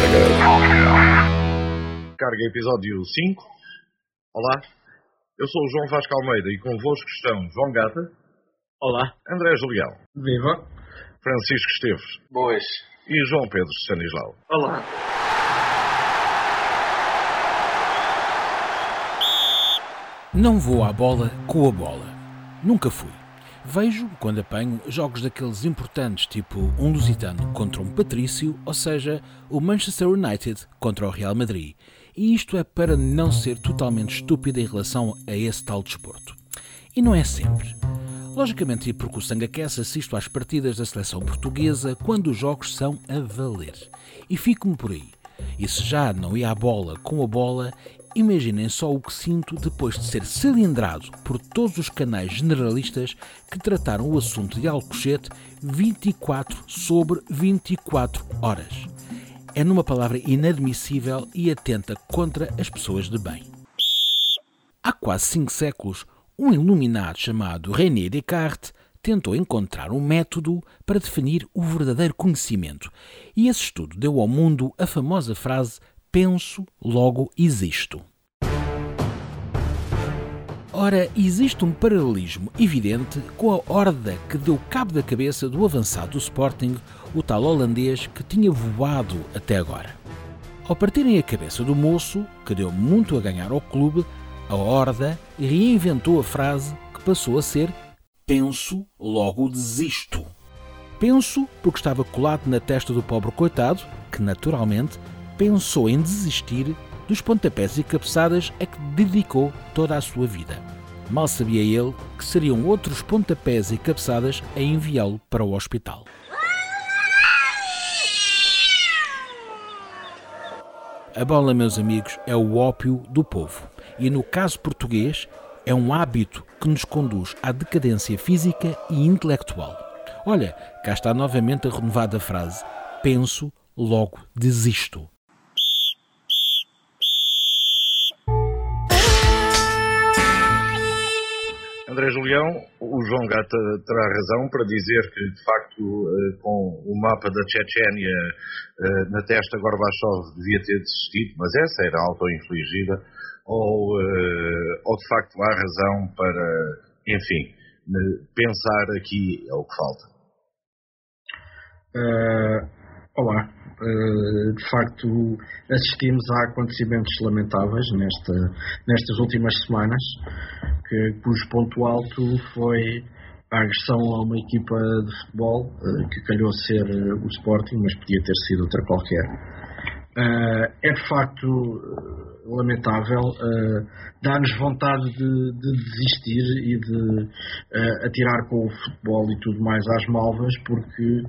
Carga episódio 5. Olá, eu sou o João Vasco Almeida e convosco estão João Gata. Olá. André Julião. Viva. Francisco Esteves. Boas. E João Pedro Stanislau. Olá. Não vou à bola com a bola. Nunca fui. Vejo, quando apanho, jogos daqueles importantes, tipo um lusitano contra um patrício, ou seja, o Manchester United contra o Real Madrid. E isto é para não ser totalmente estúpido em relação a esse tal desporto. E não é sempre. Logicamente, e porque o sangue aquece, assisto às partidas da seleção portuguesa quando os jogos são a valer. E fico-me por aí. E se já não ia à bola com a bola, imaginem só o que sinto depois de ser cilindrado por todos os canais generalistas que trataram o assunto de Alcochete 24 sobre 24 horas. É numa palavra inadmissível e atenta contra as pessoas de bem. Há quase 5 séculos, um iluminado chamado René Descartes tentou encontrar um método para definir o verdadeiro conhecimento. E esse estudo deu ao mundo a famosa frase penso, logo existo. Ora, existe um paralelismo evidente com a horda que deu cabo da cabeça do avançado do Sporting, o tal holandês que tinha voado até agora. Ao partirem a cabeça do moço, que deu muito a ganhar ao clube, a horda reinventou a frase que passou a ser penso, logo desisto. Penso porque estava colado na testa do pobre coitado, que naturalmente pensou em desistir dos pontapés e cabeçadas a que dedicou toda a sua vida. Mal sabia ele que seriam outros pontapés e cabeçadas a enviá-lo para o hospital. A bola, meus amigos, é o ópio do povo. E no caso português, é um hábito que nos conduz à decadência física e intelectual. Olha, cá está novamente a renovada frase: penso, logo desisto. André Julião, o João Gata terá razão para dizer que, de facto, com o mapa da Chechênia na testa, Gorbachev devia ter desistido, mas essa era auto-infligida, ou de facto há razão para, enfim, pensar aqui é o que falta. Olá. De facto, assistimos a acontecimentos lamentáveis nestas últimas semanas, cujo ponto alto foi a agressão a uma equipa de futebol que calhou ser o Sporting, mas podia ter sido outra qualquer. É de facto lamentável, dá-nos vontade de desistir e de atirar com o futebol e tudo mais às malvas, porque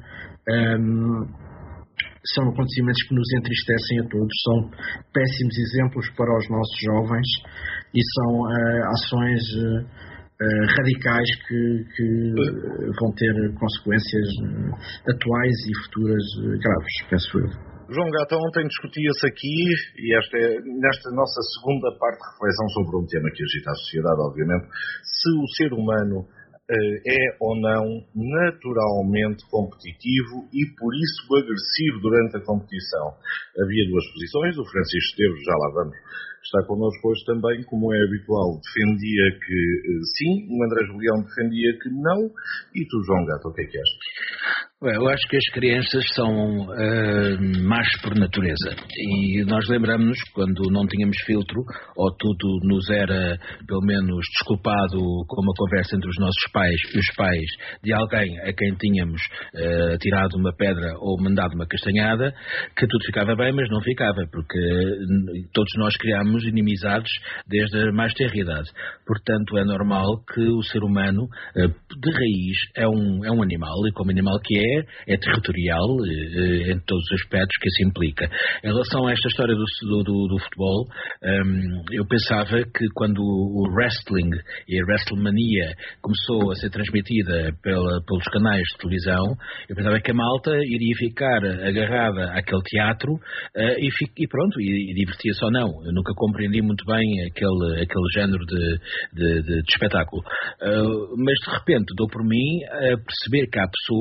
são acontecimentos que nos entristecem a todos, são péssimos exemplos para os nossos jovens e são ações radicais que vão ter consequências atuais e futuras graves, penso eu. João Gata, ontem discutia-se aqui, e nesta nossa segunda parte de reflexão sobre um tema que agita a sociedade, obviamente, se o ser humano é ou não naturalmente competitivo e por isso agressivo durante a competição. Havia duas posições, o Francisco Esteves, já lá vamos, está connosco hoje também, como é habitual, defendia que sim, o André Julião defendia que não, e tu, João Gata, o que é que achas? Eu acho que as crianças são más por natureza e nós lembramos-nos quando não tínhamos filtro ou tudo nos era pelo menos desculpado com uma conversa entre os nossos pais e os pais de alguém a quem tínhamos tirado uma pedra ou mandado uma castanhada, que tudo ficava bem, mas não ficava, porque todos nós criámos inimizades desde a mais tenra idade. Portanto, é normal que o ser humano de raiz é um animal, e como animal que é territorial em todos os aspectos que isso implica. Em relação a esta história do futebol, eu pensava que quando o wrestling e a WrestleMania começou a ser transmitida pelos canais de televisão, eu pensava que a malta iria ficar agarrada àquele teatro e pronto, e divertia-se ou não. Eu nunca compreendi muito bem aquele género de espetáculo. Mas de repente dou por mim a perceber que há pessoas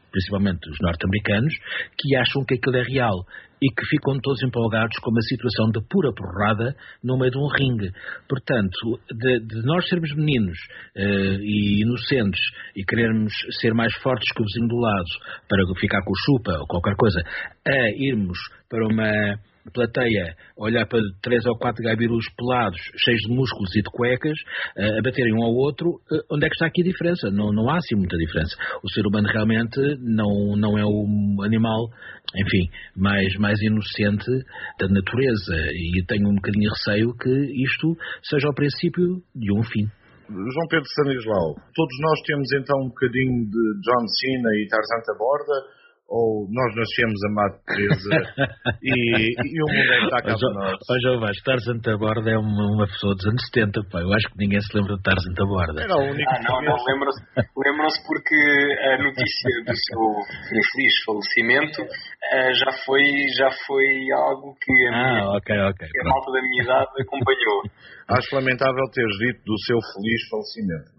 principalmente os norte-americanos, que acham que aquilo é real e que ficam todos empolgados com uma situação de pura porrada no meio de um ringue. Portanto, de nós sermos meninos e inocentes e querermos ser mais fortes que o vizinho do lado para ficar com o chupa ou qualquer coisa, a irmos para uma plateia, olhar para 3 ou 4 gabirus pelados, cheios de músculos e de cuecas, a baterem um ao outro, onde é que está aqui a diferença? Não há assim muita diferença. O ser humano realmente não é o animal, enfim, mais inocente da natureza, e tenho um bocadinho de receio que isto seja o princípio de um fim. João Pedro Stanislau, todos nós temos então um bocadinho de John Cena e Tarzan da Borda, ou nós nascemos a Madre Teresa e o mundo é que está cá para nós? João Vaz, Tarzan da Borda é uma pessoa dos anos 70, pá. Eu acho que ninguém se lembra de Tarzan da Borda. Era o único não lembram-se porque a notícia do seu infeliz falecimento já foi algo que a malta da minha idade acompanhou. Acho lamentável teres dito do seu feliz falecimento.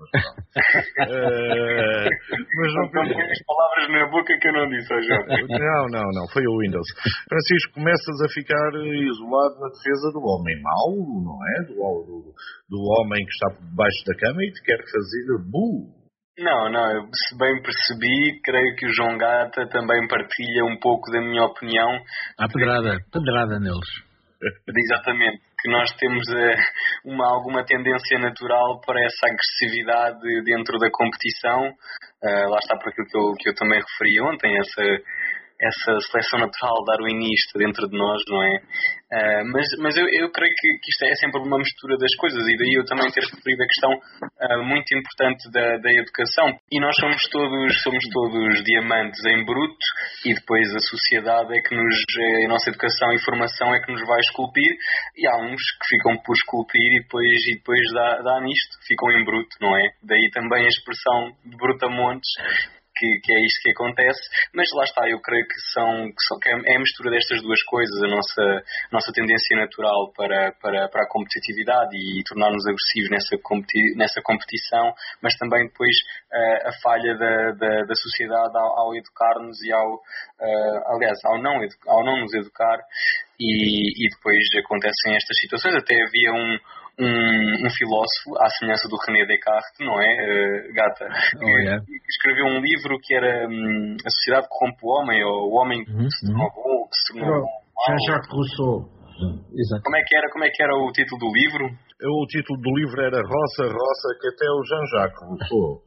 Mas não põe as palavras na boca que eu não disse, João. Não, foi o Windows. Francisco, começas a ficar isolado na defesa do homem mau, não é? Do homem que está por debaixo da cama e te quer fazer bu. Não, eu, se bem percebi, creio que o João Gata também partilha um pouco da minha opinião. Há pedrada neles. Exatamente, que nós temos alguma tendência natural para essa agressividade dentro da competição. Lá está por aquilo que eu também referi ontem, essa seleção natural darwinista dentro de nós, não é? Mas eu creio que isto é sempre uma mistura das coisas, e daí eu também ter referido a questão muito importante da educação. E nós somos todos diamantes em bruto, e depois a sociedade a nossa educação e formação é que nos vai esculpir, e há uns que ficam por esculpir e depois dá nisto, ficam em bruto, não é? Daí também a expressão de brutamontes, que é isto que acontece, mas lá está, eu creio que é a mistura destas duas coisas, a nossa tendência natural para a competitividade e tornar-nos agressivos nessa competição, mas também depois a falha da sociedade ao educar-nos e ao não nos educar, e depois acontecem estas situações. Até havia um filósofo, à semelhança do René Descartes, não é, Gata? Que escreveu um livro que era A Sociedade Corrompe o Homem, ou O Homem que se tornou bom, que se tornou bom. Jean-Jacques Rousseau. Exato. Como é que era o título do livro? O título do livro era Roça, que até o Jean-Jacques Rousseau.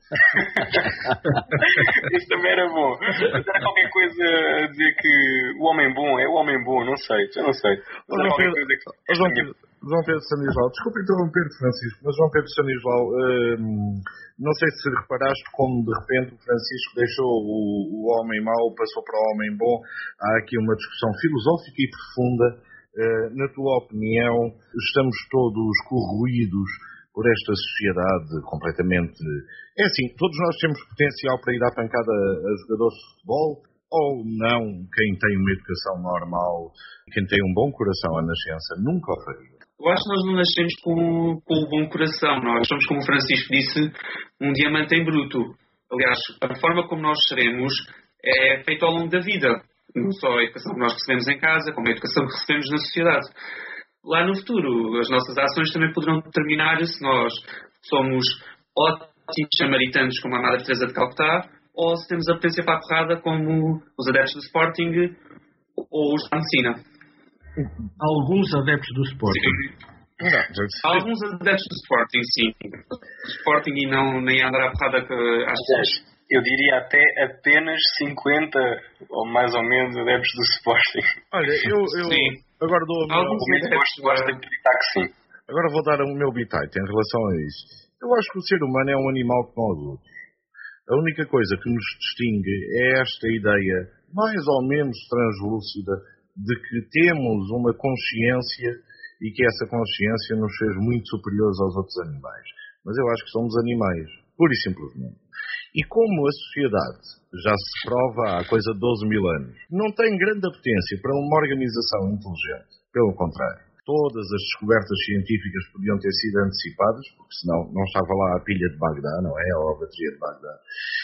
Isso também era bom. Mas era qualquer coisa a dizer que o homem bom é o homem bom, não sei, já não sei. João Pedro Stanislau, desculpe interromper, Francisco, mas João Pedro Stanislau, não sei se reparaste como de repente o Francisco deixou o homem mau, passou para o homem bom. Há aqui uma discussão filosófica e profunda. Na tua opinião, estamos todos corroídos por esta sociedade completamente... É assim, todos nós temos potencial para ir à pancada a jogadores de futebol, ou não? Quem tem uma educação normal, quem tem um bom coração à nascença, nunca o faria. Eu acho que nós não nascemos com o bom coração. Nós somos, como o Francisco disse, um diamante em bruto. Aliás, a forma como nós seremos é feita ao longo da vida. Não só a educação que nós recebemos em casa, como a educação que recebemos na sociedade. Lá no futuro, as nossas ações também poderão determinar se nós somos ótimos samaritanos, como a Madre Teresa de Calcutá, ou se temos a potência para a porrada, como os adeptos do Sporting ou os da medicina. Alguns adeptos do Sporting. Alguns adeptos do Sporting, sim. Sporting e nem andar a porrada às pessoas. Eu diria até apenas 50 ou mais ou menos adeptos do Sporting. Olha, eu agora dou gosto de acreditar que sim. Agora vou dar o meu bitite em relação a isso. Eu acho que o ser humano é um animal como os outros. A única coisa que nos distingue é esta ideia, mais ou menos translúcida, de que temos uma consciência e que essa consciência nos fez muito superiores aos outros animais. Mas eu acho que somos animais, pura e simplesmente. E como a sociedade já se prova há coisa de 12 mil anos, não tem grande apetência para uma organização inteligente. Pelo contrário, todas as descobertas científicas podiam ter sido antecipadas, porque senão não estava lá a pilha de Bagdá, não é? Ou a bateria de Bagdá.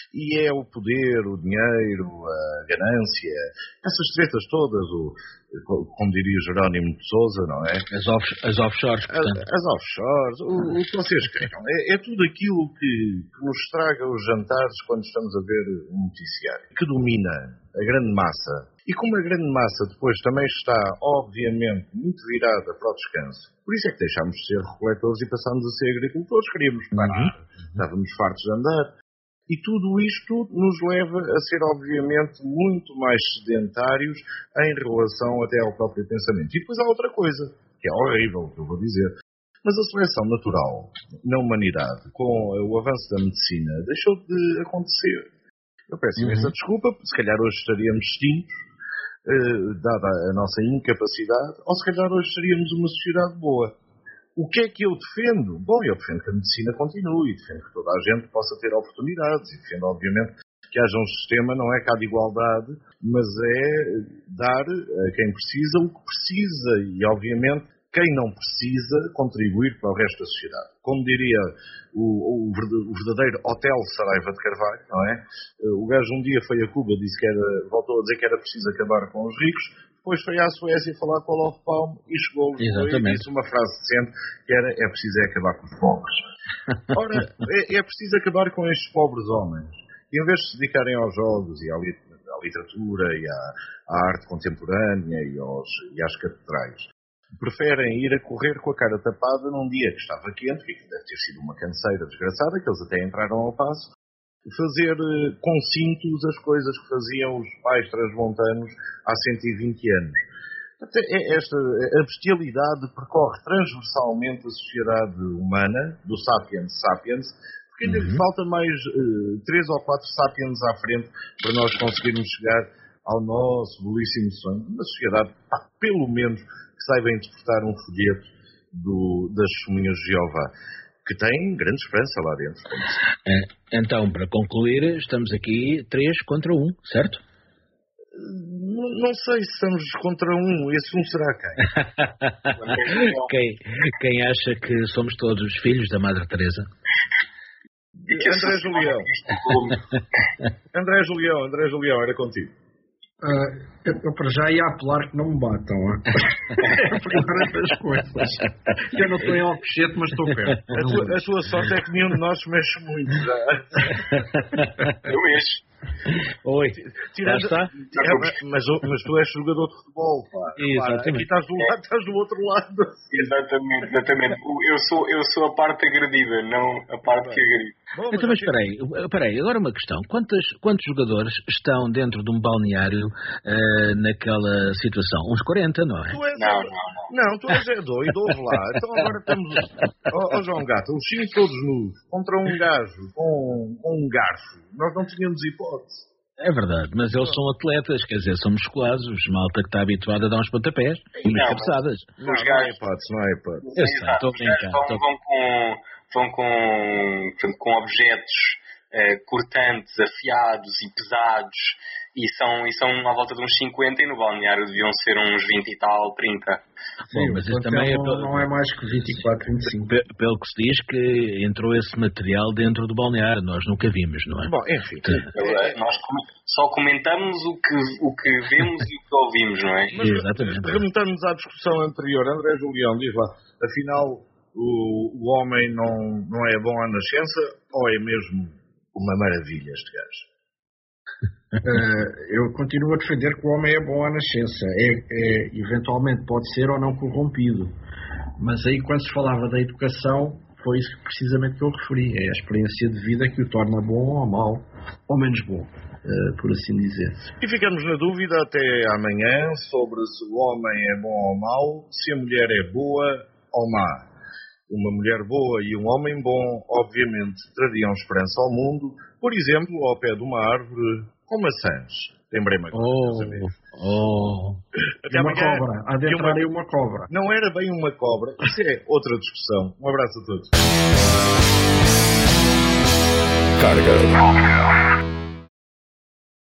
E é o poder, o dinheiro, a ganância, essas tretas todas, como diria Jerónimo de Sousa, não é? As offshores, portanto. As offshores, o que vocês queiram. É tudo aquilo que nos estraga os jantares quando estamos a ver um noticiário, que domina a grande massa. E como a grande massa depois também está, obviamente, muito virada para o descanso, por isso é que deixámos de ser recoletores e passámos a ser agricultores, queríamos parar, estávamos fartos de andar. E tudo isto nos leva a ser, obviamente, muito mais sedentários em relação até ao próprio pensamento. E depois há outra coisa, que é horrível, que eu vou dizer. Mas a seleção natural na humanidade, com o avanço da medicina, deixou de acontecer. Eu peço imensa desculpa, se calhar hoje estaríamos extintos, dada a nossa incapacidade, ou se calhar hoje seríamos uma sociedade boa. O que é que eu defendo? Bom, eu defendo que a medicina continue, defendo que toda a gente possa ter oportunidades, e defendo, obviamente, que haja um sistema, não é cá de igualdade, mas é dar a quem precisa o que precisa e, obviamente, quem não precisa contribuir para o resto da sociedade. Como diria o verdadeiro Hotel Saraiva de Carvalho, não é? O gajo um dia foi a Cuba, voltou a dizer que era preciso acabar com os ricos, depois foi à Suécia falar com o Olof Palme e chegou e disse uma frase decente que era: é preciso acabar com os pobres. Ora, é preciso acabar com estes pobres homens. E em vez de se dedicarem aos jogos e à literatura e à arte contemporânea e às catedrais, preferem ir a correr com a cara tapada num dia que estava quente, que deve ter sido uma canseira desgraçada, que eles até entraram ao passo, fazer com cintos as coisas que faziam os pais transmontanos há 120 anos. A bestialidade percorre transversalmente a sociedade humana, do sapiens sapiens, porque ainda lhe falta mais 3 ou 4 sapiens à frente para nós conseguirmos chegar ao nosso belíssimo sonho. Uma sociedade, pelo menos, que saiba interpretar um folheto das Testemunhas de Jeová, que tem grande esperança lá dentro. Então, para concluir, estamos aqui 3 contra 1, certo? Não sei se estamos contra um. Esse um será quem? Quem acha que somos todos filhos da Madre Teresa? André Julião, era contigo. Eu para já ia apelar que não me batam. É a primeira das coisas. Eu não estou em Alcochete, mas estou perto. A sua sorte é que nenhum de nós mexe muito já. Eu mexo. Oi, já está? Mas tu és jogador de futebol, pá. Exatamente. Aqui estás do outro lado. Exatamente. Eu sou a parte agredida, não a parte que agride. Bom, então, mas espera aí, agora uma questão. Quantos jogadores estão dentro de um balneário naquela situação? Uns 40, não é? Não, tu és doido, ouve lá. Então agora estamos... João Gato, os 5 todos nus, contra um gajo com um garfo. Nós não tínhamos hipótese. É verdade, mas eles são atletas, quer dizer, são musculados, malta que está habituada a dar uns pontapés e umas cabeçadas. Não há hipótese. Eu sei, estou a brincar. Vão com objetos cortantes, afiados e pesados, e são à volta de uns 50, e no balneário deviam ser uns 20 e tal, 30. Bom, mas isso também não é mais que 24, 25. Pelo que se diz que entrou esse material dentro do balneário, nós nunca vimos, não é? Bom, enfim. Nós só comentamos o que vemos e o que ouvimos, não é? Mas, exatamente. Remontando-nos à discussão anterior, André Julião, diz lá, afinal, o homem não é bom à nascença, ou é mesmo uma maravilha este gajo? Eu continuo a defender que o homem é bom à nascença. Eventualmente pode ser ou não corrompido. Mas aí, quando se falava da educação, foi isso precisamente que eu referi. É a experiência de vida que o torna bom ou mau, ou menos bom, por assim dizer. E ficamos na dúvida até amanhã sobre se o homem é bom ou mau, se a mulher é boa ou má. Uma mulher boa e um homem bom, obviamente, trariam esperança ao mundo, por exemplo, ao pé de uma árvore com maçãs. Lembrei-me agora. Até uma cobra. Adentrarei uma cobra. Não era bem uma cobra. Isso é outra discussão. Um abraço a todos. Carga.